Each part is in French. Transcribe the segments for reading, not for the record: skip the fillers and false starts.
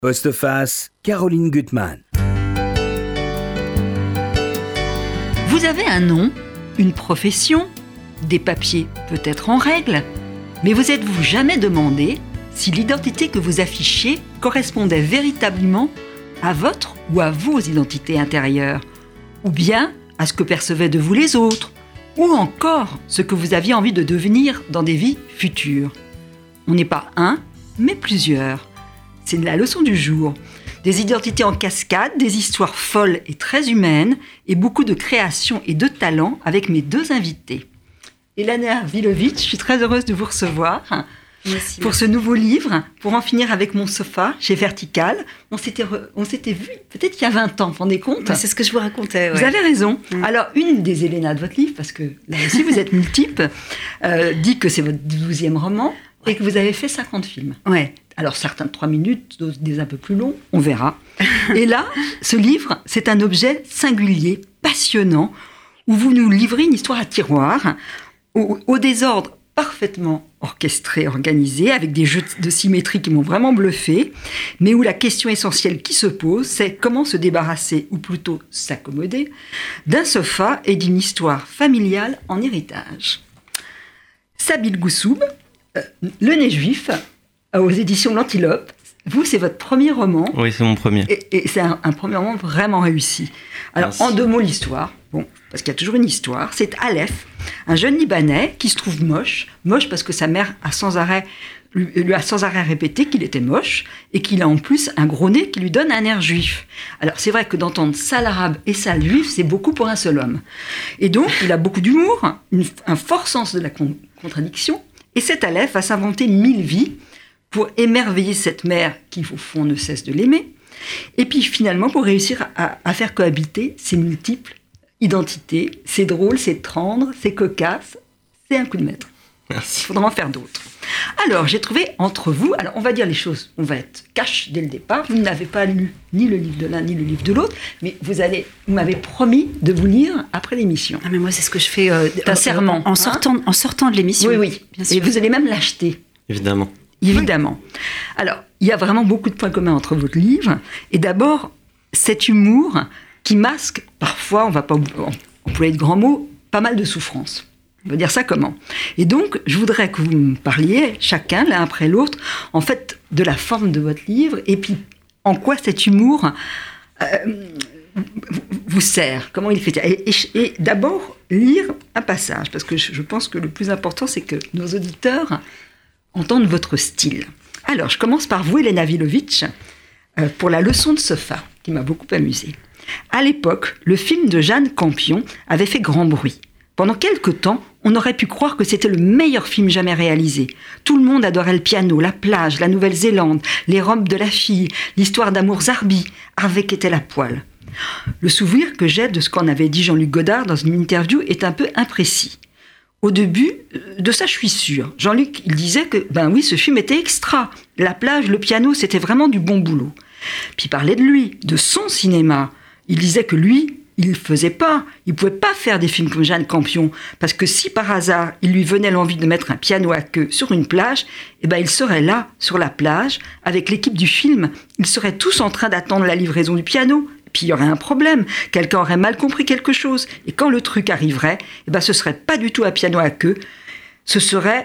Postface, Caroline Gutmann. Vous avez un nom, une profession, des papiers peut-être en règle, mais vous êtes-vous jamais demandé si l'identité que vous affichiez correspondait véritablement à votre ou à vos identités intérieures, ou bien à ce que percevaient de vous les autres, ou encore ce que vous aviez envie de devenir dans des vies futures. On n'est pas un, mais plusieurs. C'est la leçon du jour. Des identités en cascade, des histoires folles et très humaines, et beaucoup de création et de talent avec mes deux invités. Elana Vilovic, je suis très heureuse de vous recevoir. Merci. Pour ce nouveau livre, pour en finir avec mon sofa chez Vertical. On s'était vu peut-être il y a 20 ans, vous vous rendez compte ? C'est ce que je vous racontais. Ouais. Vous avez raison. Alors, une des Elena de votre livre, parce que là aussi vous êtes multiple, dit que c'est votre 12e roman et que vous avez fait 50 films. Ouais. Alors, certains de 3 minutes, d'autres des un peu plus longs, on verra. Et là, ce livre, c'est un objet singulier, passionnant, où vous nous livrez une histoire à tiroir, au désordre parfaitement orchestré, organisé, avec des jeux de symétrie qui m'ont vraiment bluffé, mais où la question essentielle qui se pose, c'est comment se débarrasser, ou plutôt s'accommoder, d'un sofa et d'une histoire familiale en héritage. Sabil Goussoub, Le Nez Juif, aux éditions L'Antilope. Vous, c'est votre premier roman. Oui, c'est mon premier. Et c'est un premier roman vraiment réussi. Alors, Merci. en 2 mots, l'histoire. Bon, parce qu'il y a toujours une histoire. C'est Aleph, un jeune Libanais qui se trouve moche. Moche parce que sa mère lui a sans arrêt répété qu'il était moche et qu'il a en plus un gros nez qui lui donne un air juif. Alors, c'est vrai que d'entendre sale arabe et sale juif, c'est beaucoup pour un seul homme. Et donc, il a beaucoup d'humour, un fort sens de la contradiction. Et cet Aleph va s'inventer 1000 vies pour émerveiller cette mère qui, au fond, ne cesse de l'aimer. Et puis, finalement, pour réussir à faire cohabiter ces multiples identités. C'est drôle, c'est tendre, c'est cocasse, c'est un coup de maître. Merci. Il faudra en faire d'autres. Alors, j'ai trouvé entre vous... Alors, on va dire les choses, on va être cash dès le départ. Vous n'avez pas lu ni le livre de l'un, ni le livre de l'autre, mais vous m'avez promis de vous lire après l'émission. Ah, mais moi, c'est ce que je fais un serment, en sortant de l'émission. Oui, bien sûr. Et vous allez même l'acheter. Évidemment. Évidemment. Alors, il y a vraiment beaucoup de points communs entre votre livre. Et d'abord, cet humour qui masque, parfois, on ne va pas employer de grands mots, pas mal de souffrance. On va dire ça comment ? Et donc, je voudrais que vous me parliez, chacun, l'un après l'autre, en fait, de la forme de votre livre, et puis en quoi cet humour vous sert, comment il fait. Et d'abord, lire un passage, parce que je pense que le plus important, c'est que nos auditeurs entendent votre style. Alors, je commence par vous, Elena Vilovic, pour la leçon de sofa, qui m'a beaucoup amusée. À l'époque, le film de Jane Campion avait fait grand bruit. Pendant quelque temps, on aurait pu croire que c'était le meilleur film jamais réalisé. Tout le monde adorait le piano, la plage, la Nouvelle-Zélande, les robes de la fille, l'histoire d'amour Zarbi, Harvey qui était la poêle. Le souvenir que j'ai de ce qu'en avait dit Jean-Luc Godard dans une interview est un peu imprécis. Au début, de ça je suis sûre. Jean-Luc, il disait que, oui, ce film était extra. La plage, le piano, c'était vraiment du bon boulot. Puis il parlait de lui, de son cinéma. Il disait que lui, il pouvait pas faire des films comme Jane Campion, parce que si par hasard, il lui venait l'envie de mettre un piano à queue sur une plage, il serait là, sur la plage, avec l'équipe du film. Ils seraient tous en train d'attendre la livraison du piano. Puis il y aurait un problème, quelqu'un aurait mal compris quelque chose. Et quand le truc arriverait, ce serait pas du tout un piano à queue, ce serait...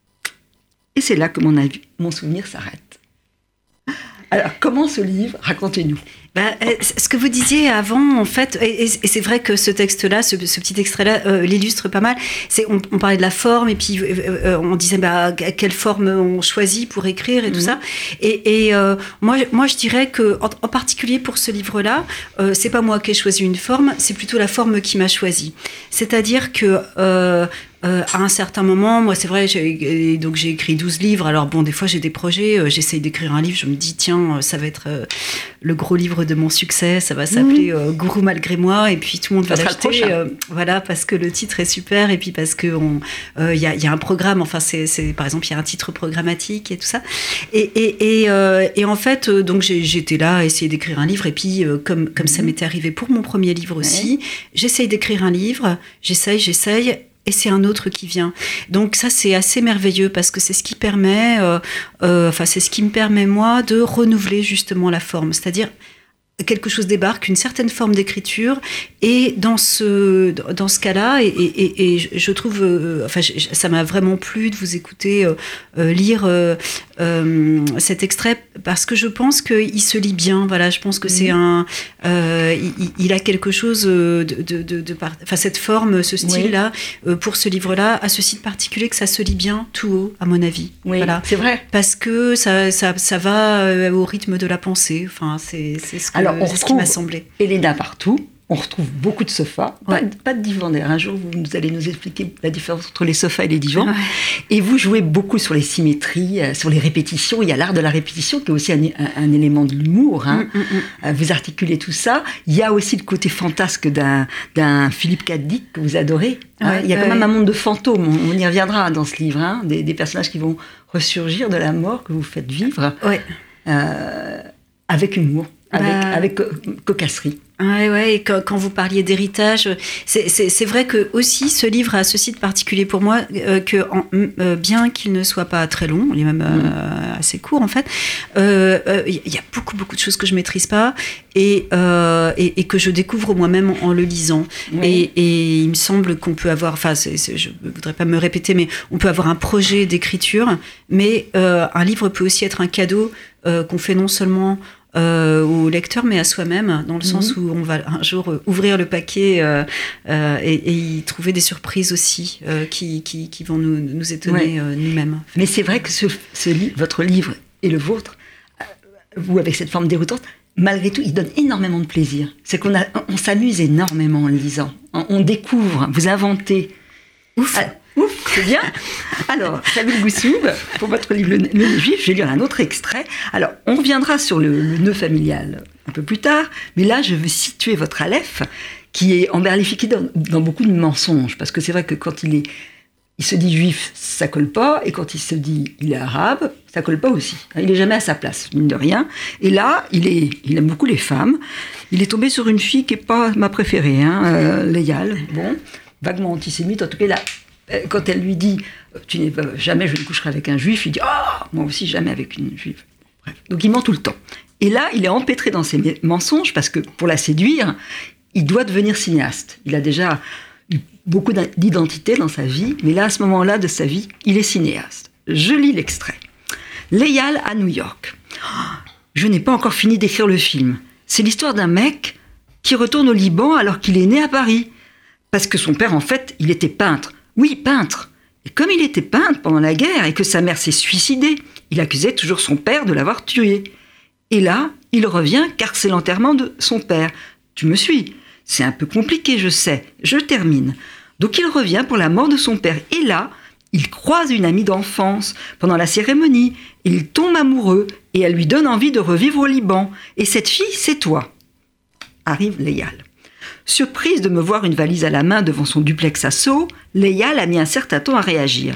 Et c'est là que mon souvenir s'arrête. Alors, comment ce livre ? Racontez-nous. Ce que vous disiez avant, en fait, et c'est vrai que ce texte-là, ce petit extrait-là, l'illustre pas mal. On parlait de la forme, et puis on disait quelle forme on choisit pour écrire et tout ça. Et moi, je dirais que, en particulier pour ce livre-là, c'est pas moi qui ai choisi une forme, c'est plutôt la forme qui m'a choisi. C'est-à-dire que à un certain moment, moi, c'est vrai, j'ai écrit 12 livres. Alors bon, des fois, j'ai des projets, j'essaye d'écrire un livre, je me dis, tiens, ça va être le gros livre de mon succès, ça va s'appeler Gourou malgré moi, et puis tout le monde va l'acheter, voilà, parce que le titre est super, et puis parce que y a un programme, enfin, c'est par exemple, il y a un titre programmatique et tout ça. Et en fait, donc j'étais là à essayer d'écrire un livre, et puis comme ça m'était arrivé pour mon premier livre aussi, j'essaye d'écrire un livre, j'essaye, et c'est un autre qui vient. Donc ça, c'est assez merveilleux parce que c'est ce qui permet, c'est ce qui me permet moi de renouveler justement la forme, c'est-à-dire quelque chose débarque, une certaine forme d'écriture, et dans ce cas-là, et je trouve, ça m'a vraiment plu de vous écouter lire cet extrait, parce que je pense qu'il se lit bien. Voilà, je pense que c'est il a quelque chose cette forme, ce style-là, pour ce livre-là, a ceci de particulier que ça se lit bien tout haut, à mon avis. Oui, voilà. C'est vrai. Parce que ça va au rythme de la pensée. Enfin, c'est ce que. Alors, c'est ce qui m'a semblé. Elena partout. On retrouve beaucoup de sofas, pas de divans d'ailleurs. Un jour, vous allez nous expliquer la différence entre les sofas et les divans. Ouais. Et vous jouez beaucoup sur les symétries, sur les répétitions. Il y a l'art de la répétition qui est aussi un élément de l'humour. Vous articulez tout ça. Il y a aussi le côté fantasque d'un Philippe K. Dick que vous adorez. Il y a quand même un monde de fantômes. On y reviendra dans ce livre. Des personnages qui vont ressurgir de la mort que vous faites vivre avec humour, avec cocasserie. Ouais, et quand vous parliez d'héritage, c'est vrai que aussi ce livre a ceci de particulier pour moi, bien qu'il ne soit pas très long, il est même assez court en fait, il y a beaucoup de choses que je maîtrise pas et que je découvre moi-même en le lisant. Oui. Et il me semble qu'on peut avoir, je voudrais pas me répéter, mais on peut avoir un projet d'écriture, mais un livre peut aussi être un cadeau qu'on fait non seulement au lecteur, mais à soi-même, dans le sens où on va un jour ouvrir le paquet et y trouver des surprises aussi qui vont nous étonner nous-mêmes. Mais c'est vrai que votre livre et le vôtre, vous avec cette forme déroutante, malgré tout, il donne énormément de plaisir. C'est qu'on s'amuse énormément en le lisant. On découvre, vous inventez. Ouf, c'est bien. Alors, Sabine Goussoub, pour votre livre Le Nœud juif, je vais lire un autre extrait. Alors, on reviendra sur le nœud familial un peu plus tard, mais là, je veux situer votre Aleph, qui est emberlifié dans beaucoup de mensonges, parce que c'est vrai que quand il se dit juif, ça colle pas, et quand il se dit il est arabe, ça colle pas aussi. Il est jamais à sa place, mine de rien. Et là, il aime beaucoup les femmes. Il est tombé sur une fille qui est pas ma préférée, Léal, vaguement antisémite, en tout cas là. Quand elle lui dit « jamais je ne coucherai avec un juif », il dit « oh, moi aussi jamais avec une juive ». Bref. Donc il ment tout le temps. Et là, il est empêtré dans ses mensonges parce que pour la séduire, il doit devenir cinéaste. Il a déjà eu beaucoup d'identité dans sa vie, mais là, à ce moment-là de sa vie, il est cinéaste. Je lis l'extrait. Léal à New York. Je n'ai pas encore fini d'écrire le film. C'est l'histoire d'un mec qui retourne au Liban alors qu'il est né à Paris. Parce que son père, en fait, il était peintre. Oui, peintre. Et comme il était peintre pendant la guerre et que sa mère s'est suicidée, il accusait toujours son père de l'avoir tué. Et là, il revient car c'est l'enterrement de son père. Tu me suis ? C'est un peu compliqué, je sais. Je termine. Donc il revient pour la mort de son père. Et là, il croise une amie d'enfance pendant la cérémonie. Il tombe amoureux et elle lui donne envie de revivre au Liban. Et cette fille, c'est toi. Arrive Léal. Surprise de me voir une valise à la main devant son duplex à Sceaux, Léal a mis un certain temps à réagir.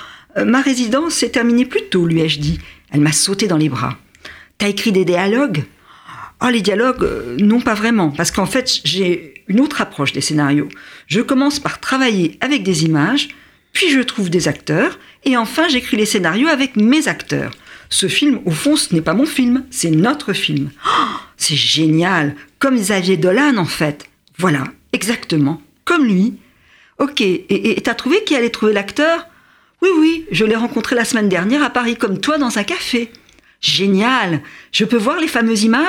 « Ma résidence s'est terminée plus tôt, lui ai-je dit. Elle m'a sauté dans les bras. « T'as écrit des dialogues ?»« Oh, les dialogues, non pas vraiment, parce qu'en fait, j'ai une autre approche des scénarios. Je commence par travailler avec des images, puis je trouve des acteurs, et enfin j'écris les scénarios avec mes acteurs. Ce film, au fond, ce n'est pas mon film, c'est notre film. Oh, c'est génial, comme Xavier Dolan en fait. Voilà, exactement, comme lui. Ok, et t'as trouvé qui allait trouver l'acteur ? Oui, je l'ai rencontré la semaine dernière à Paris, comme toi, dans un café. Génial, je peux voir les fameuses images ?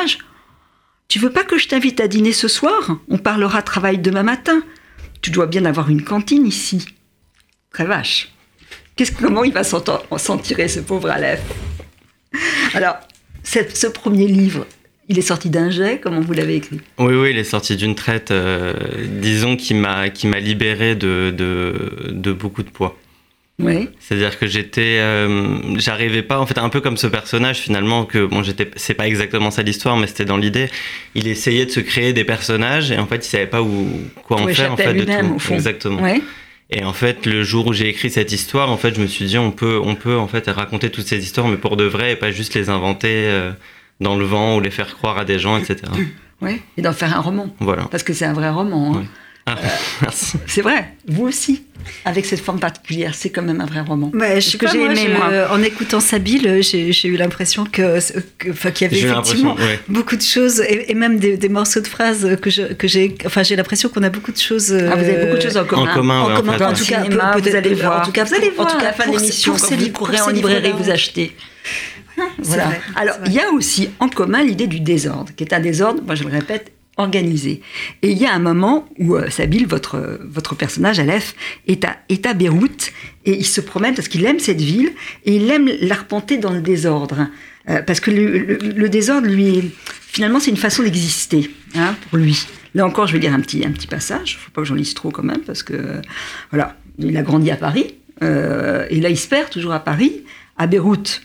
Tu veux pas que je t'invite à dîner ce soir ? On parlera travail demain matin. Tu dois bien avoir une cantine ici. Très vache. Comment il va s'en tirer, ce pauvre Aleph ? Alors, ce premier livre, il est sorti d'un jet, comment vous l'avez écrit ? Oui, il est sorti d'une traite, disons, qui m'a libéré de beaucoup de poids. Oui. C'est-à-dire que j'arrivais pas, en fait, un peu comme ce personnage finalement, que c'est pas exactement ça l'histoire, mais c'était dans l'idée. Il essayait de se créer des personnages et en fait, il savait pas quoi en faire en fait de tout. Exactement. Ouais. Et en fait, le jour où j'ai écrit cette histoire, en fait, je me suis dit, on peut en fait raconter toutes ces histoires, mais pour de vrai, et pas juste les inventer dans le vent ou les faire croire à des gens, etc. Oui, et d'en faire un roman. Voilà. Parce que c'est un vrai roman. Hein. Merci. C'est vrai, vous aussi, avec cette forme particulière, c'est quand même un vrai roman. Je sais pas, moi. En écoutant Sabine, j'ai eu l'impression qu'il y avait effectivement beaucoup de choses, et même des morceaux de phrases que j'ai. Enfin, j'ai l'impression qu'on a beaucoup de choses. Vous avez beaucoup de choses en commun. En tout cas, vous allez voir. En tout cas, à la fin de l'émission, quand vous courez en librairie, vous achetez. Voilà. Alors, il y a aussi en commun l'idée du désordre, qui est un désordre, moi je le répète, organisé. Et il y a un moment où Sabine, votre personnage, Aleph, est à Beyrouth, et il se promène parce qu'il aime cette ville, et il aime l'arpenter dans le désordre. Parce que le désordre, lui, finalement, c'est une façon d'exister, pour lui. Là encore, je vais lire un petit passage, il ne faut pas que j'en lise trop quand même, parce que, voilà, il a grandi à Paris, et là, il se perd toujours à Paris. À Beyrouth,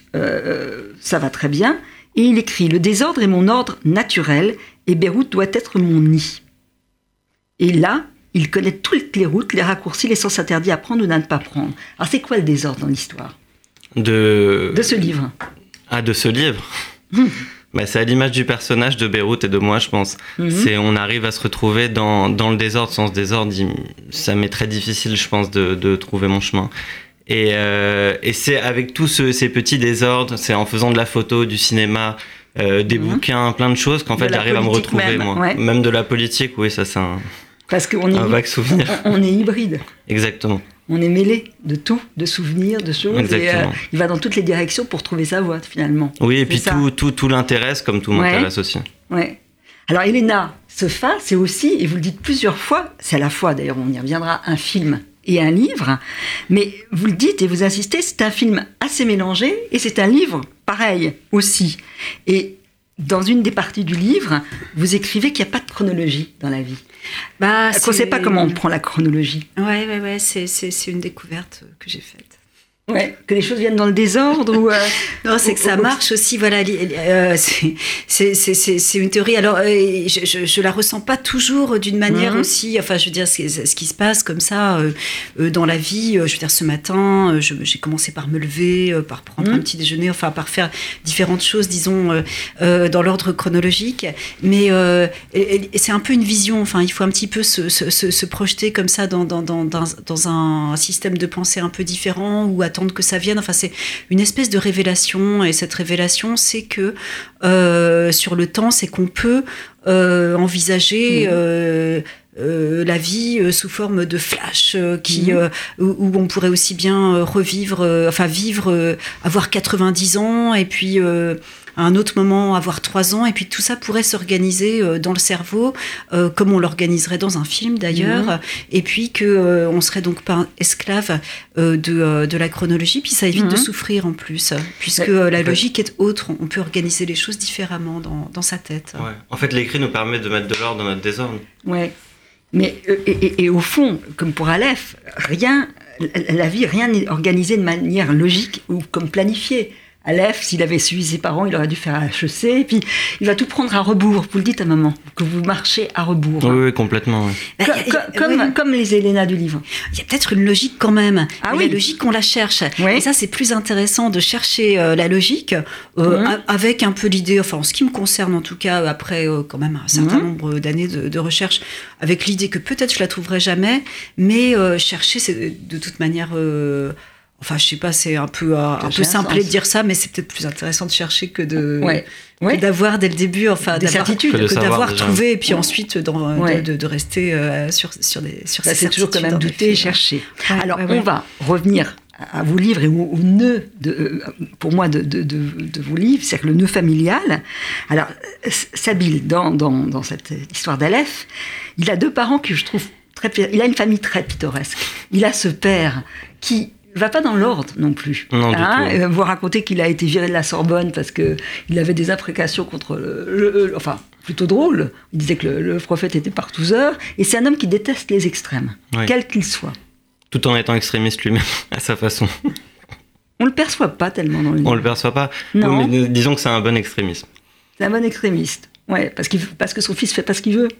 ça va très bien. Et il écrit « Le désordre est mon ordre naturel et Beyrouth doit être mon nid. » Et là, il connaît toutes les routes, les raccourcis, les sens interdits à prendre ou à ne pas prendre. Alors, c'est quoi le désordre dans l'histoire de ce livre? Ah, de ce livre c'est à l'image du personnage de Beyrouth et de moi, je pense. On arrive à se retrouver dans le désordre. Sans ce désordre, ça m'est très difficile, je pense, de trouver mon chemin. Et c'est avec tous ces petits désordres, c'est en faisant de la photo, du cinéma, des bouquins, plein de choses qu'en fait j'arrive à me retrouver, moi. Ouais. Même de la politique, oui, ça c'est un vague souvenir. On est hybride. Exactement. On est mêlé de tout, de souvenirs, de choses. Exactement. Et il va dans toutes les directions pour trouver sa voie, finalement. Oui, et puis tout l'intéresse comme tout m'intéresse aussi. Ouais. Alors, Elena Soffa, c'est aussi, et vous le dites plusieurs fois, c'est à la fois, d'ailleurs, on y reviendra, un film et un livre, mais vous le dites et vous insistez, c'est un film assez mélangé et c'est un livre pareil aussi. Et dans une des parties du livre, vous écrivez qu'il n'y a pas de chronologie dans la vie. On ne sait pas comment on prend la chronologie. Ouais, c'est une découverte que j'ai faite. Ouais, que les choses viennent dans le désordre ou non, c'est que ça marche aussi. Voilà, c'est une théorie. Alors, je la ressens pas toujours d'une manière aussi. Enfin, je veux dire, c'est ce qui se passe comme ça dans la vie. Je veux dire, ce matin, j'ai commencé par me lever, par prendre un petit déjeuner, enfin, par faire différentes choses, disons, dans l'ordre chronologique. Mais c'est un peu une vision. Enfin, il faut un petit peu se projeter comme ça dans un système de pensée un peu différent ou attendre que ça vienne. Enfin, c'est une espèce de révélation, et cette révélation, c'est que sur le temps, c'est qu'on peut envisager la vie sous forme de flash où on pourrait aussi bien vivre, avoir 90 ans et puis à un autre moment avoir 3 ans, et puis tout ça pourrait s'organiser dans le cerveau comme on l'organiserait dans un film d'ailleurs, et puis qu'on serait donc pas esclave de la chronologie, puis ça évite de souffrir en plus, puisque la logique est autre, on peut organiser les choses différemment dans sa tête. Ouais. En fait, l'écrit nous permet de mettre de l'ordre dans notre désordre. Ouais. Mais et au fond, comme pour Aleph, la vie, rien n'est organisé de manière logique ou comme planifié. Aleph, s'il avait suivi ses parents, il aurait dû faire HEC, et puis il va tout prendre à rebours. Vous le dites à maman, que vous marchez à rebours. Oui, complètement. Oui. Comme les Elena du livre. Il y a peut-être une logique quand même. Ah oui. La logique, on la cherche. Oui. Et ça, c'est plus intéressant de chercher la logique avec un peu l'idée, enfin, en ce qui me concerne en tout cas, après quand même un certain nombre d'années de recherche, avec l'idée que peut-être je la trouverai jamais, mais chercher, c'est de toute manière... Enfin, je sais pas, c'est un peu simplé de dire ça, mais c'est peut-être plus intéressant de chercher que d'avoir dès le début, enfin, des certitudes, que d'avoir trouvé, et puis ensuite de rester sur ces certitudes. C'est toujours quand même douter et chercher. Alors, on va revenir à vos livres et au nœud, pour moi, de vos livres, c'est-à-dire le nœud familial. Alors, Sabine, dans cette histoire d'Aleph, il a 2 parents que je trouve il a une famille très pittoresque. Il a ce père qui ne va pas dans l'ordre non plus. Non, du tout. Vous racontez qu'il a été viré de la Sorbonne parce qu'il avait des imprécations contre enfin, plutôt drôle. Il disait que le prophète était partouzeur. Et c'est un homme qui déteste les extrêmes, quels qu'ils soient. Tout en étant extrémiste lui-même, à sa façon. On ne le perçoit pas tellement dans le livre. On ne le perçoit pas. Non. Oui, mais disons que c'est un bon extrémisme. C'est un bon extrémiste. Ouais, parce que son fils ne fait pas ce qu'il veut.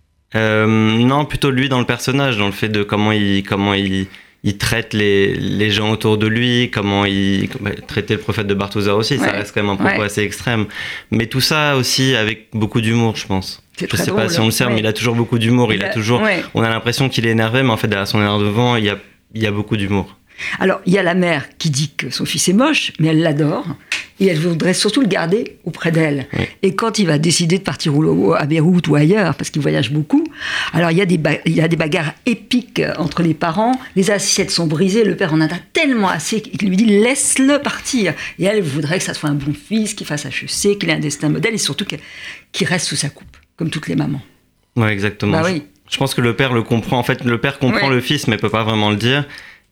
Non, plutôt lui dans le personnage, dans le fait de comment il traite les gens autour de lui, comment il traitait le prophète de Barthouzar aussi, ça reste quand même un propos assez extrême. Mais tout ça aussi avec beaucoup d'humour, je pense. Je sais pas si on le sait, mais il a toujours beaucoup d'humour. On a l'impression qu'il est énervé, mais en fait, derrière son énervement, il y a beaucoup d'humour. Alors, il y a la mère qui dit que son fils est moche, mais elle l'adore. Et elle voudrait surtout le garder auprès d'elle. Oui. Et quand il va décider de partir à Beyrouth ou ailleurs, parce qu'il voyage beaucoup, alors il y a des bagarres épiques entre les parents. Les assiettes sont brisées, le père en a tellement assez qu'il lui dit « laisse-le partir ». Et elle voudrait que ça soit un bon fils, qu'il fasse HEC, qu'il ait un destin modèle et surtout qu'il reste sous sa coupe, comme toutes les mamans. Oui, exactement. Bah, oui. Je pense que le père le comprend. En fait, le père comprend le fils, mais peut pas vraiment le dire.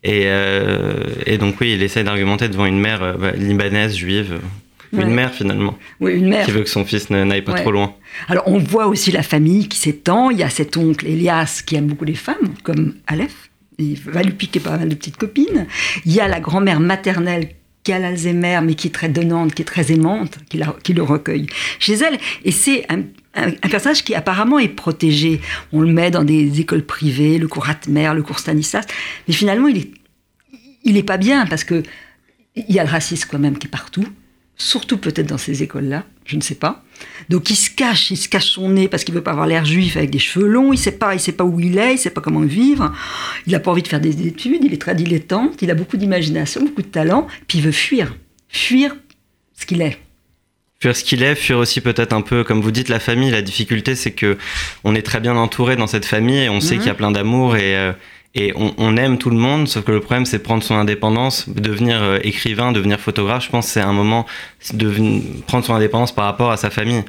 Et donc oui, il essaie d'argumenter devant une mère libanaise, juive, une mère finalement, une mère qui veut que son fils n'aille pas trop loin. Alors on voit aussi la famille qui s'étend, il y a cet oncle Elias qui aime beaucoup les femmes, comme Aleph, il va lui piquer pas mal de petites copines, il y a la grand-mère maternelle qui a l'Alzheimer, mais qui est très donnante, qui est très aimante, qui le recueille chez elle, et c'est un personnage qui apparemment est protégé. On le met dans des écoles privées, le cours Atmer, le cours Stanislas, mais finalement il est pas bien parce que il y a le racisme quand même qui est partout, surtout peut-être dans ces écoles-là, je ne sais pas. Donc il se cache son nez parce qu'il veut pas avoir l'air juif avec des cheveux longs, il sait pas où il sait pas comment vivre, il a pas envie de faire des études, il est très dilettante, il a beaucoup d'imagination, beaucoup de talent, puis il veut fuir ce qu'il est. Fuir aussi peut-être un peu, comme vous dites, la famille. La difficulté, c'est que on est très bien entouré dans cette famille et on sait qu'il y a plein d'amour et on aime tout le monde, sauf que le problème, c'est prendre son indépendance, devenir écrivain, devenir photographe. Je pense que c'est un moment de prendre son indépendance par rapport à sa famille.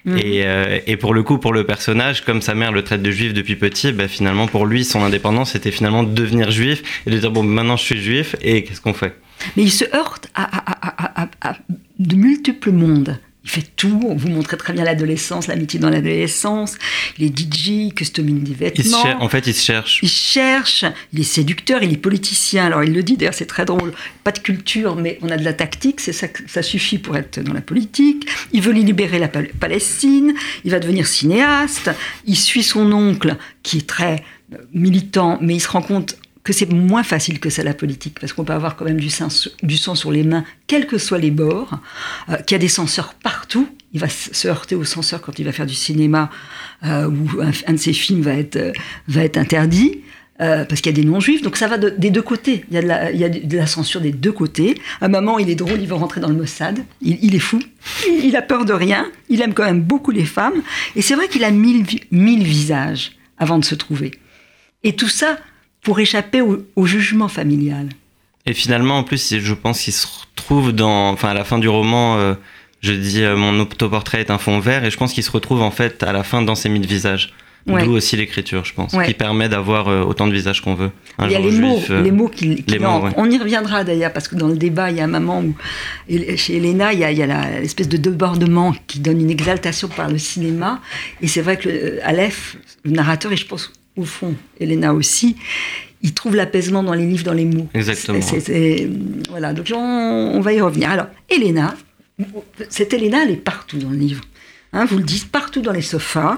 Et pour le coup, pour le personnage, comme sa mère le traite de juif depuis petit, finalement, pour lui, son indépendance, c'était finalement de devenir juif et de dire, bon, maintenant je suis juif, et qu'est-ce qu'on fait ? Mais il se heurte à de multiples mondes. Il fait tout, on vous montrait très bien l'adolescence, l'amitié dans l'adolescence, il est DJ, customine des vêtements. Il se cherche. Il cherche, il est séducteur, il est politicien. Alors il le dit, d'ailleurs c'est très drôle, pas de culture, mais on a de la tactique, c'est ça, ça suffit pour être dans la politique. Il veut libérer la Palestine, il va devenir cinéaste, il suit son oncle qui est très militant, mais il se rend compte que c'est moins facile que ça la politique, parce qu'on peut avoir quand même du sang sur les mains, quels que soient les bords, qu'il y a des censeurs partout. Il va se heurter aux censeurs quand il va faire du cinéma, où un de ses films va être interdit, parce qu'il y a des non-juifs. Donc ça va des deux côtés. Il y a de la censure des deux côtés. À un moment, il est drôle, il veut rentrer dans le Mossad. Il est fou. Il a peur de rien. Il aime quand même beaucoup les femmes. Et c'est vrai qu'il a mille visages avant de se trouver. Et tout ça pour échapper au jugement familial. Et finalement, en plus, je pense qu'il se retrouve à la fin du roman, je dis mon autoportrait est un fond vert, et je pense qu'il se retrouve en fait à la fin dans ces 1000 visages. D'où aussi l'écriture, je pense, qui permet d'avoir autant de visages qu'on veut. Il y a les mots qui entrent. On y reviendra d'ailleurs, parce que dans le débat, il y a un moment où, chez Elena, il y a l'espèce de débordement qui donne une exaltation par le cinéma, et c'est vrai que Aleph, le narrateur, et je pense au fond, Elena aussi, il trouve l'apaisement dans les livres, dans les mots. Exactement. Voilà, donc on va y revenir. Alors, Elena, cette Elena, elle est partout dans le livre. Vous le dites, partout dans les sofas.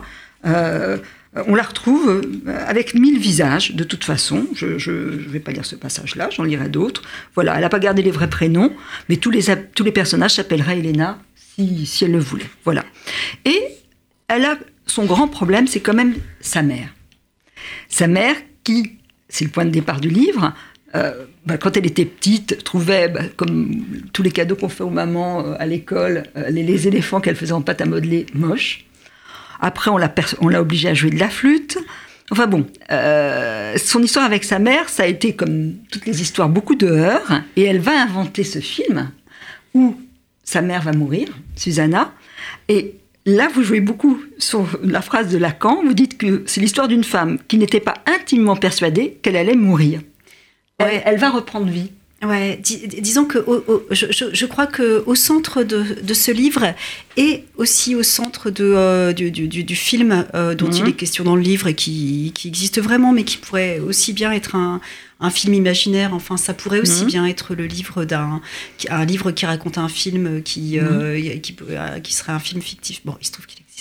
On la retrouve avec 1000 visages, de toute façon. Je ne vais pas lire ce passage-là, j'en lirai d'autres. Voilà, elle n'a pas gardé les vrais prénoms, mais tous les personnages s'appelleraient Elena si elle le voulait. Voilà. Et elle a son grand problème, c'est quand même sa mère. Sa mère qui, c'est le point de départ du livre, quand elle était petite, trouvait, comme tous les cadeaux qu'on fait aux mamans à l'école, les éléphants qu'elle faisait en pâte à modeler moches. Après, on l'a obligée à jouer de la flûte. Enfin bon, son histoire avec sa mère, ça a été, comme toutes les histoires, beaucoup de heurts. Et elle va inventer ce film où sa mère va mourir, Susanna, et là, vous jouez beaucoup sur la phrase de Lacan. Vous dites que c'est l'histoire d'une femme qui n'était pas intimement persuadée qu'elle allait mourir. Elle va reprendre vie. Ouais, disons que je crois qu'au centre de ce livre et aussi au centre du film dont il est question dans le livre et qui existe vraiment, mais qui pourrait aussi bien être un film imaginaire. Enfin, ça pourrait aussi bien être le livre un livre qui raconte un film qui serait un film fictif. Bon, il se trouve qu'il existe.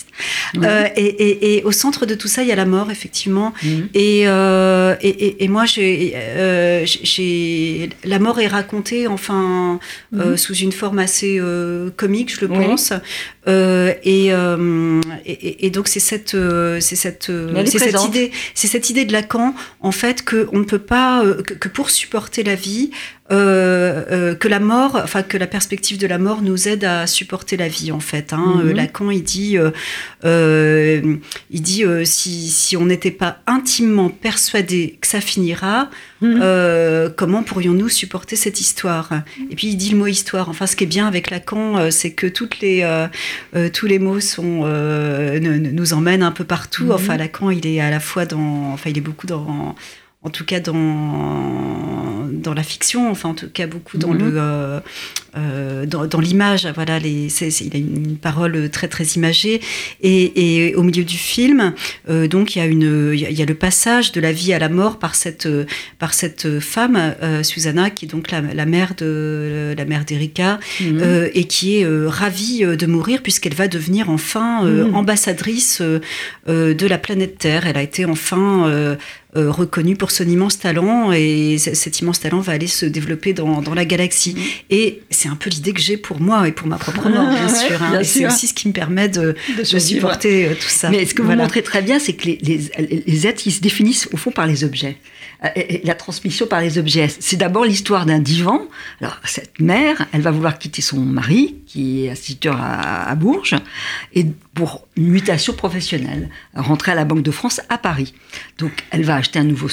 Et au centre de tout ça, il y a la mort, effectivement. Et moi, la mort est racontée, sous une forme assez comique, je le pense. Et donc c'est cette idée de Lacan, en fait, que on ne peut pas, que pour supporter la vie, que la mort, enfin que la perspective de la mort nous aide à supporter la vie, en fait. Lacan, il dit si on n'était pas intimement persuadé que ça finira, comment pourrions-nous supporter cette histoire? Et puis il dit le mot histoire. Enfin, ce qui est bien avec Lacan, c'est que tous les mots nous emmènent un peu partout. Enfin, Lacan, il est à la fois il est beaucoup dans la fiction, enfin en tout cas beaucoup dans dans l'image. Voilà, il a une parole très très imagée. Et au milieu du film, donc il y a le passage de la vie à la mort par cette femme, Susanna, qui est donc la mère d'Erika, et qui est ravie de mourir puisqu'elle va devenir enfin ambassadrice de la planète Terre. Elle a été enfin reconnue pour son immense talent, et cet immense talent va aller se développer dans la galaxie. Et c'est un peu l'idée que j'ai pour moi et pour ma propre mort, bien sûr. Et c'est aussi ce qui me permet de supporter tout ça. Mais ce que vous montrez très bien, c'est que les êtres, ils se définissent au fond par les objets. Et la transmission par les objets. C'est d'abord l'histoire d'un divan. Alors, cette mère, elle va vouloir quitter son mari, qui est instituteur à Bourges, et pour une mutation professionnelle, rentrer à la Banque de France à Paris. Donc, elle va acheter un nouveau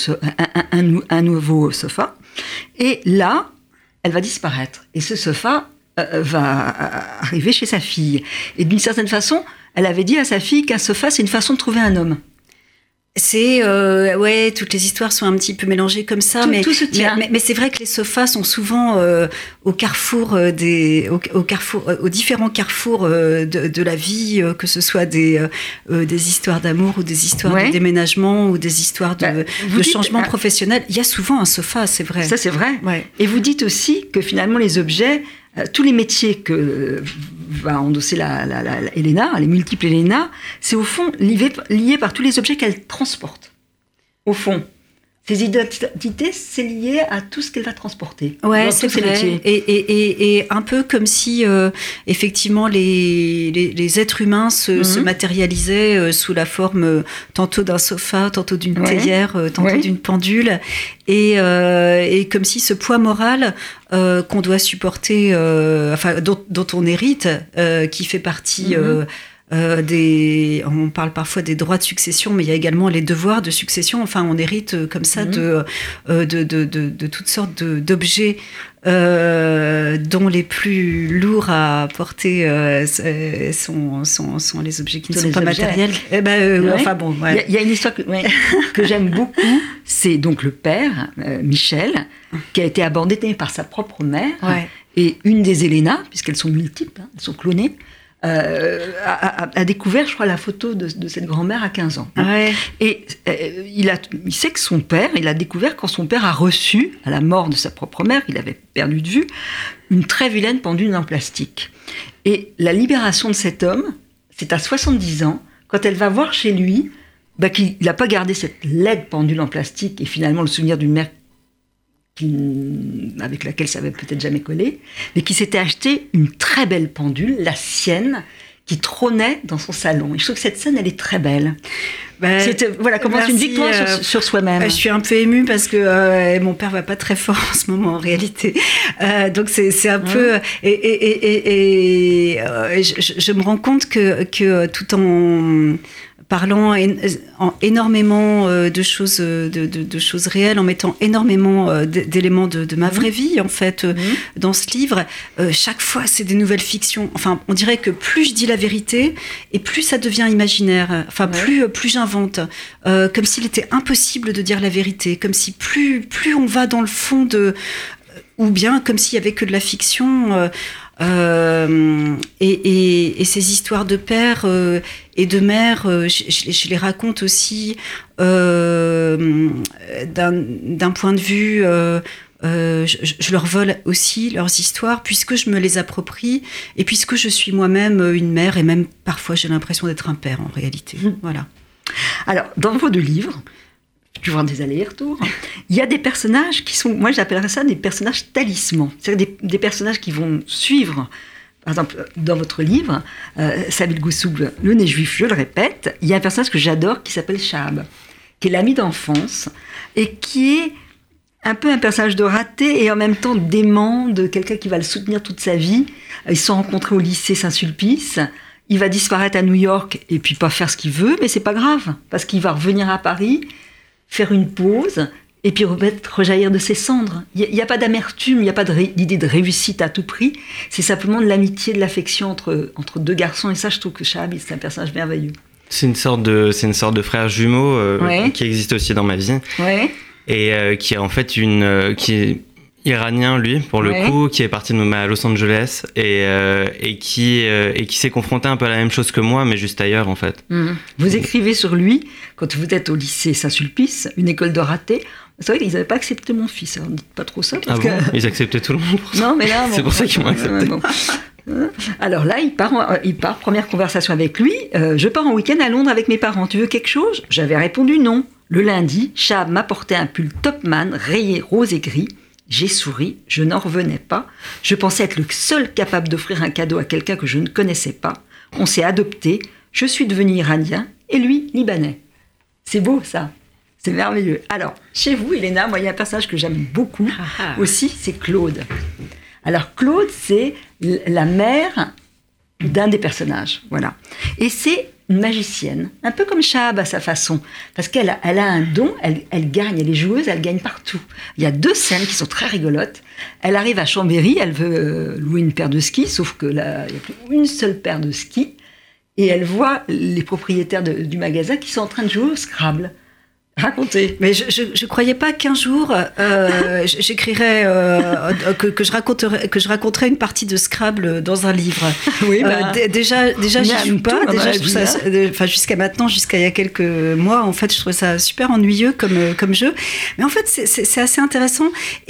sofa. Et là, elle va disparaître. Et ce sofa va arriver chez sa fille. Et d'une certaine façon, elle avait dit à sa fille qu'un sofa, c'est une façon de trouver un homme. C'est toutes les histoires sont un petit peu mélangées comme ça, tout se tient. Mais c'est vrai que les sofas sont souvent au carrefour aux différents carrefours de la vie, que ce soit des histoires d'amour ou des histoires de déménagement ou des histoires de changement professionnel. Il y a souvent un sofa, c'est vrai. Ça, c'est vrai. Ouais. Et vous dites aussi que finalement les objets, tous les métiers que va endosser la Elena, les multiples Elena, c'est au fond lié par tous les objets qu'elle transporte. Au fond, ses identités, c'est lié à tout ce qu'elle va transporter. Ouais, c'est vrai. Et un peu comme si effectivement les êtres humains se matérialisaient sous la forme tantôt d'un sofa, tantôt d'une théière, tantôt d'une pendule, et comme si ce poids moral qu'on doit supporter, dont on hérite, qui fait partie on parle parfois des droits de succession, mais il y a également les devoirs de succession. Enfin, on hérite comme ça de toutes sortes d'objets dont les plus lourds à porter sont les objets qui ne sont pas matériels. Enfin bon, ouais. Il y a une histoire que j'aime beaucoup. C'est donc le père, Michel, qui a été abandonné par sa propre mère. Ouais. Et une des Elena, puisqu'elles sont multiples, elles sont clonées, a découvert, je crois, la photo de cette grand-mère à 15 ans. Ouais. Et il sait que son père, il a découvert quand son père a reçu, à la mort de sa propre mère, il avait perdu de vue, une très vilaine pendule en plastique. Et la libération de cet homme, c'est à 70 ans, quand elle va voir chez lui qu'il n'a pas gardé cette laide pendule en plastique et finalement le souvenir d'une mère avec laquelle ça n'avait peut-être jamais collé, mais qui s'était acheté une très belle pendule, la sienne, qui trônait dans son salon. Et je trouve que cette scène, elle est très belle. Comment une victoire sur soi-même. Je suis un peu émue parce que mon père va pas très fort en ce moment, en réalité. Donc c'est un peu... Je me rends compte que tout en parlant énormément de choses réelles, en mettant énormément d'éléments de ma vraie vie, en fait, dans ce livre. Chaque fois, c'est des nouvelles fictions. Enfin, on dirait que plus je dis la vérité, et plus ça devient imaginaire. Enfin, plus j'invente. Comme s'il était impossible de dire la vérité. Comme si plus on va dans le fond ou bien comme s'il y avait que de la fiction... et ces histoires de père et de mère, je les raconte aussi d'un point de vue... je leur vole aussi leurs histoires puisque je me les approprie et puisque je suis moi-même une mère et même parfois j'ai l'impression d'être un père en réalité. Voilà. Alors, dans vos deux livres, tu vois des allers-retours, il y a des personnages qui sont, moi j'appellerais ça des personnages talismans, c'est-à-dire des personnages qui vont suivre par exemple, dans votre livre, Sabil Goussoub, le nez juif, je le répète, il y a un personnage que j'adore qui s'appelle Shahab, qui est l'ami d'enfance et qui est un peu un personnage de raté et en même temps dément, de quelqu'un qui va le soutenir toute sa vie. Ils se sont rencontrés au lycée Saint-Sulpice. Il va disparaître à New York et puis pas faire ce qu'il veut, mais c'est pas grave, parce qu'il va revenir à Paris, faire une pause et puis rejaillir de ses cendres. Il n'y a pas d'amertume, il n'y a pas d'idée de réussite à tout prix. C'est simplement de l'amitié, de l'affection entre deux garçons. Et ça, je trouve que Shahab, c'est un personnage merveilleux. C'est une sorte de frère jumeau qui existe aussi dans ma vie. Ouais. Et qui est en fait qui est iranien, lui, pour le coup, qui est parti à Los Angeles et qui s'est confronté un peu à la même chose que moi, mais juste ailleurs, en fait. Vous écrivez sur lui, quand vous êtes au lycée Saint-Sulpice, une école de ratés. C'est vrai qu'ils n'avaient pas accepté mon fils. Alors, dites pas trop ça. Parce bon Ils acceptaient tout le monde pour ça. Non, mais là, c'est pour ça qu'ils m'ont accepté. Alors là, il part, première conversation avec lui. Je pars en week-end à Londres avec mes parents. Tu veux quelque chose ? J'avais répondu non. Le lundi, Shahab m'apportait un pull Topman rayé rose et gris. J'ai souri, je n'en revenais pas. Je pensais être le seul capable d'offrir un cadeau à quelqu'un que je ne connaissais pas. On s'est adoptés. Je suis devenu iranien et lui, libanais. C'est beau, ça. C'est merveilleux. Alors, chez vous, Elena, moi, il y a un personnage que j'aime beaucoup aussi, c'est Claude. Alors, Claude, c'est la mère d'un des personnages. Voilà. Et c'est une magicienne, un peu comme Shahab à sa façon, parce qu'elle a un don, elle gagne, elle est joueuse, elle gagne partout. Il y a 2 scènes qui sont très rigolotes. Elle arrive à Chambéry, elle veut louer une paire de skis, sauf que là, il n'y a plus une seule paire de skis, et elle voit les propriétaires du magasin qui sont en train de jouer au Scrabble. Racontez. Mais je croyais pas qu'un jour j'écrirais que je raconterais une partie de Scrabble dans un livre. Oui, déjà j'y joue pas. Déjà, je trouve ça, enfin jusqu'à maintenant, jusqu'à il y a quelques mois, en fait, je trouvais ça super ennuyeux comme jeu. Mais en fait, c'est assez intéressant.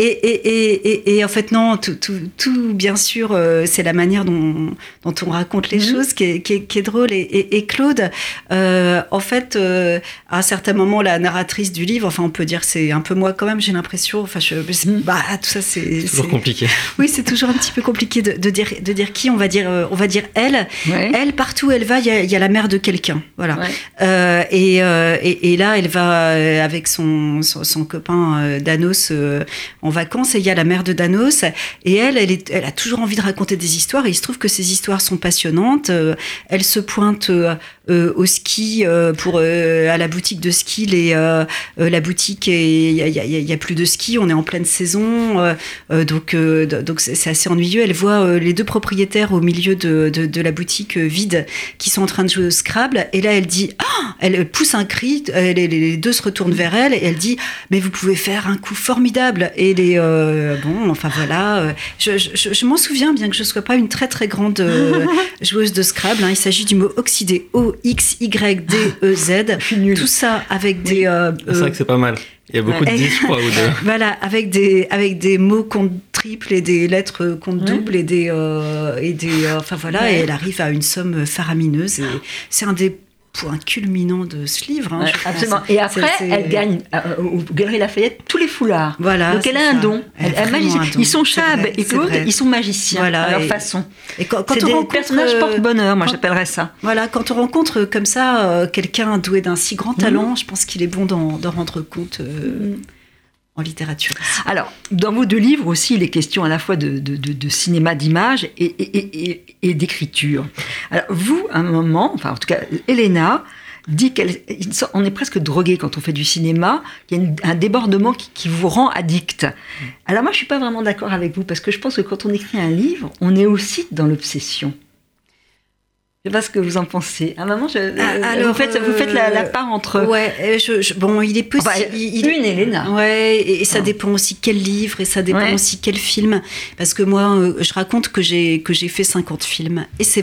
Et en fait, non, tout bien sûr, c'est la manière dont on raconte les choses qui est drôle. Et Claude, en fait, à un certain moment, la narratrice du livre, enfin on peut dire que c'est un peu moi quand même, j'ai l'impression, enfin tout ça c'est toujours compliqué. Oui, c'est toujours un petit peu compliqué de dire qui, on va dire elle. Ouais. Elle, partout où elle va, il y a la mère de quelqu'un, voilà. Ouais. Et là elle va avec son copain Danos en vacances, et il y a la mère de Danos, et elle a toujours envie de raconter des histoires, et il se trouve que ces histoires sont passionnantes. Elle se pointe au ski à la boutique de ski, la boutique, il y a plus de ski, on est en pleine saison, donc c'est assez ennuyeux. Elle voit les 2 propriétaires au milieu de la boutique vide qui sont en train de jouer au Scrabble, et là elle dit, elle pousse un cri, les 2 se retournent vers elle et elle dit, mais vous pouvez faire un coup formidable. Et je m'en souviens, bien que je sois pas une très très grande joueuse de Scrabble, il s'agit du mot oxydé, O-X-Y-D-E-Z, tout ça avec des... c'est vrai que c'est pas mal. Il y a beaucoup de 10, je crois, ou de... Voilà, avec des mots compte triple et des lettres compte double et enfin voilà, et elle arrive à une somme faramineuse, et c'est un des points culminants de ce livre. Absolument. Et après, elle gagne au Galeries Lafayette tous les foulards. Voilà. Donc elle a un don. Ils sont Shahab et Claude, ils sont magiciens à leur façon. Et quand c'est des personnages porte-bonheur, moi j'appellerais ça. Voilà, quand on rencontre comme ça quelqu'un doué d'un si grand talent, je pense qu'il est bon d'en rendre compte en littérature. Alors, dans vos 2 livres aussi, il est question à la fois de cinéma, d'image et d'écriture. Alors, vous, à un moment, enfin, en tout cas, Elena dit qu'on est presque drogué quand on fait du cinéma, qu'il y a un débordement qui vous rend addict. Alors, moi, je ne suis pas vraiment d'accord avec vous, parce que je pense que quand on écrit un livre, on est aussi dans l'obsession. Je ne sais pas ce que vous en pensez. À un moment, vous faites la part entre... Ouais, il est possible... Une Elena. Ouais, et ça dépend aussi quel livre, et ça dépend aussi quel film. Parce que moi, je raconte que j'ai fait 50 films, et c'est vrai.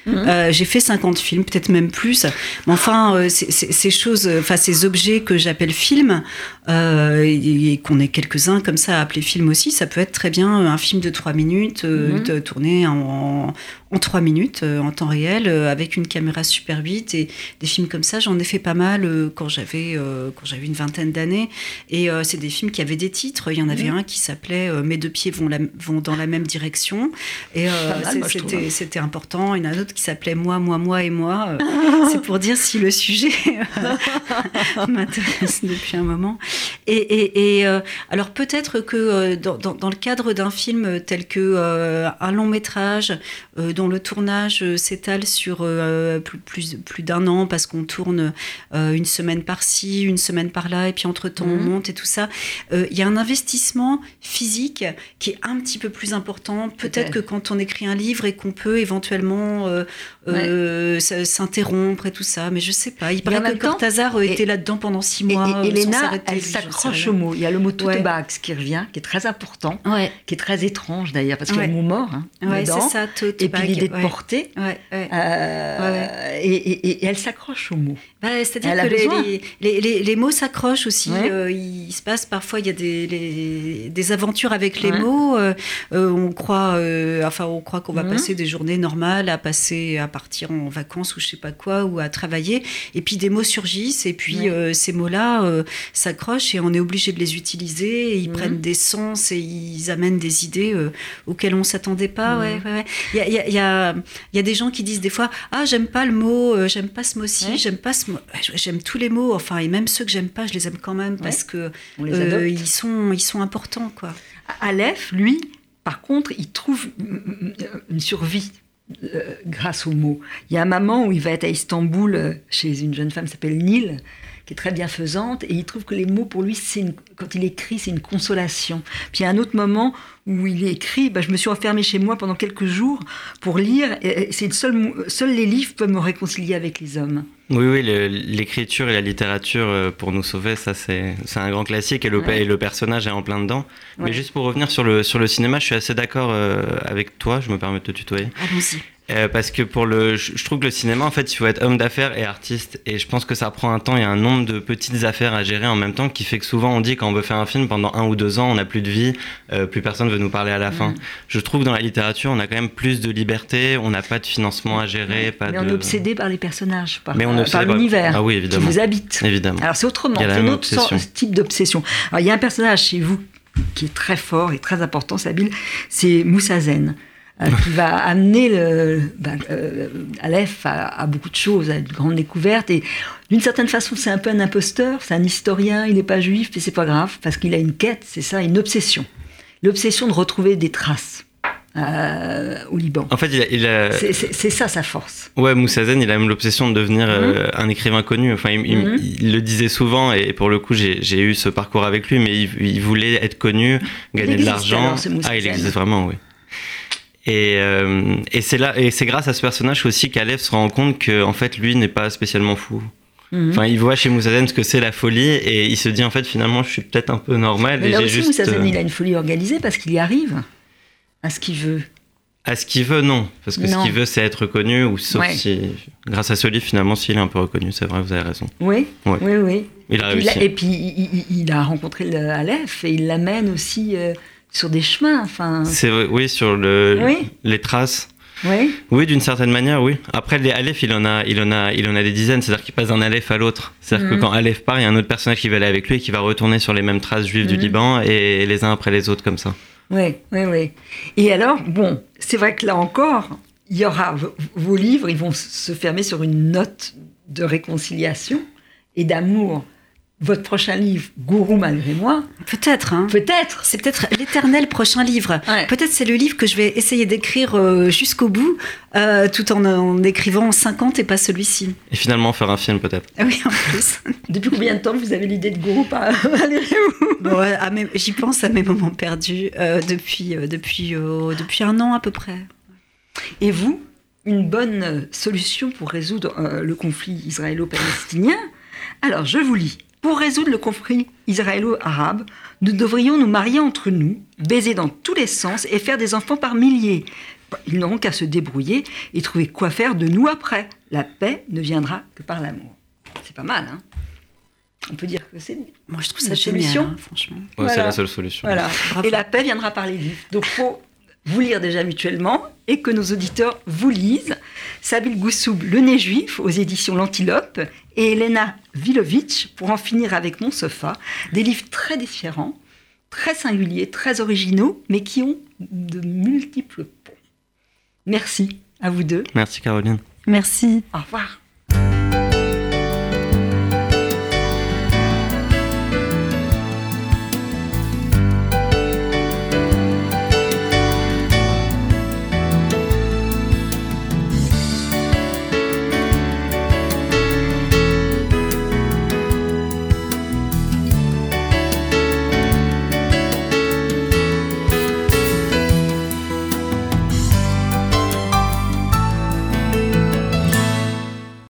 J'ai fait 50 films, peut-être même plus. Mais enfin, ces choses, ces objets que j'appelle films, et qu'on est quelques-uns comme ça à appeler film aussi, ça peut être très bien un film de 3 minutes, tourné en 3 minutes, en temps réel, avec une caméra Super 8. Et des films comme ça, j'en ai fait pas mal quand j'avais une vingtaine d'années. Et c'est des films qui avaient des titres. Il y en avait un qui s'appelait Mes deux pieds vont dans la même direction. Et c'était important. Il y en a un autre qui s'appelait Moi et moi. C'est pour dire si le sujet m'intéresse depuis un moment. Et alors peut-être que dans le cadre d'un film tel que un long métrage dont le tournage s'étale sur plus d'un an parce qu'on tourne une semaine par-ci, une semaine par-là, et puis entre-temps on monte et tout ça, il y a un investissement physique qui est un petit peu plus important peut-être que quand on écrit un livre et qu'on peut éventuellement s'interrompre et tout ça, mais je sais pas, il paraît que Cortázar était là-dedans pendant 6 mois. Et Léna, elle s'accroche au mot. Il y a le mot totebags qui revient, qui est très important, qui est très étrange d'ailleurs, parce qu'il y a le mot mort dedans. C'est ça, et puis l'idée de porter. Et elle s'accroche au mot. C'est-à-dire que les mots s'accrochent aussi. Il se passe parfois, il y a des aventures avec les mots. On croit qu'on va passer des journées normales à partir en vacances ou je sais pas quoi, ou à travailler. Et puis des mots surgissent et puis ces mots-là s'accrochent et on est obligé de les utiliser. Et ils prennent des sens et ils amènent des idées auxquelles on s'attendait pas. Il y a des gens qui disent des fois j'aime pas le mot, j'aime pas ce mot-ci, j'aime pas ce mot. J'aime tous les mots, et même ceux que j'aime pas, je les aime quand même parce que ils sont importants, quoi. Aleph, lui, par contre, il trouve une survie grâce aux mots. Il y a un moment où il va être à Istanbul chez une jeune femme qui s'appelle Nil, qui est très bienfaisante, et il trouve que les mots, pour lui, quand il écrit, c'est une consolation. Puis il y a un autre moment où il écrit, je me suis enfermée chez moi pendant quelques jours pour lire, et c'est seuls les livres peuvent me réconcilier avec les hommes. Oui, l'écriture et la littérature pour nous sauver, ça c'est un grand classique et le personnage est en plein dedans. Mais juste pour revenir sur le cinéma, je suis assez d'accord avec toi, je me permets de te tutoyer. Allons-y. Parce que je trouve que le cinéma, en fait, il faut être homme d'affaires et artiste. Et je pense que ça prend un temps, il y a un nombre de petites affaires à gérer en même temps qui fait que souvent on dit quand on veut faire un film, pendant 1 ou 2 ans, on n'a plus de vie, plus personne veut nous parler à la fin. Je trouve que dans la littérature, on a quand même plus de liberté, on n'a pas de financement à gérer. Mais on est obsédé par les personnages, par l'univers qui vous habite. Évidemment. Alors c'est autrement, c'est un autre type d'obsession. Alors il y a un personnage chez vous qui est très fort et très important, Sabine, c'est Moussa Zen. Qui va amener Aleph à beaucoup de choses, à une grande découverte. Et d'une certaine façon, c'est un peu un imposteur, c'est un historien, il n'est pas juif, mais c'est pas grave, parce qu'il a une quête, c'est ça, une obsession. L'obsession de retrouver des traces au Liban. En fait, c'est ça sa force. Ouais, Moussa Zen, il a même l'obsession de devenir un écrivain connu. Enfin, il le disait souvent, et pour le coup, j'ai eu ce parcours avec lui, mais il voulait être connu, gagner de l'argent. Alors, il existe vraiment, oui. Et c'est là, et c'est grâce à ce personnage aussi qu'Aleph se rend compte que en fait lui n'est pas spécialement fou. Enfin, il voit chez Moussa Zen ce que c'est la folie et il se dit en fait finalement je suis peut-être un peu normal. Mais là aussi Moussa Zen il a une folie organisée parce qu'il y arrive à ce qu'il veut. À ce qu'il veut, non, parce que ce qu'il veut c'est être reconnu ou sauf si grâce à ce livre finalement s'il est un peu reconnu, c'est vrai, vous avez raison. Oui. Il a réussi. Et puis il a rencontré Aleph et il l'amène aussi. Sur des chemins, sur les traces. Oui, d'une certaine manière, oui. Après, les Aleph, il en a des dizaines. C'est-à-dire qu'il passe d'un Aleph à l'autre. C'est-à-dire que quand Aleph part, il y a un autre personnage qui va aller avec lui et qui va retourner sur les mêmes traces juives du Liban et les uns après les autres comme ça. Oui. Et alors, c'est vrai que là encore, il y aura vos livres, ils vont se fermer sur une note de réconciliation et d'amour. Votre prochain livre, Gourou malgré moi. Peut-être. Peut-être. C'est peut-être l'éternel prochain livre. Peut-être c'est le livre que je vais essayer d'écrire jusqu'au bout, tout en écrivant 50 et pas celui-ci. Et finalement faire un film peut-être. Oui, en plus. Depuis combien de temps vous avez l'idée de Gourou malgré vous? J'y pense à mes moments perdus depuis 1 an à peu près. Et vous, une bonne solution pour résoudre le conflit israélo-palestinien? Alors, je vous lis. Pour résoudre le conflit israélo-arabe, nous devrions nous marier entre nous, baiser dans tous les sens et faire des enfants par milliers. Ils n'auront qu'à se débrouiller et trouver quoi faire de nous après. La paix ne viendra que par l'amour. C'est pas mal, hein? On peut dire que c'est Moi, je trouve ça la génial, solution. hein, franchement. Ouais, Voilà. c'est la seule solution. Voilà. Bravo. Et la paix viendra par les livres. Donc, faut vous lire déjà mutuellement et que nos auditeurs vous lisent. Sabine Goussoub, Le Nez Juif, aux éditions L'Antilope, et Elena Vilovitch, Pour en finir avec mon sofa. Des livres très différents, très singuliers, très originaux, mais qui ont de multiples ponts. Merci à vous deux. Merci Caroline. Merci. Au revoir.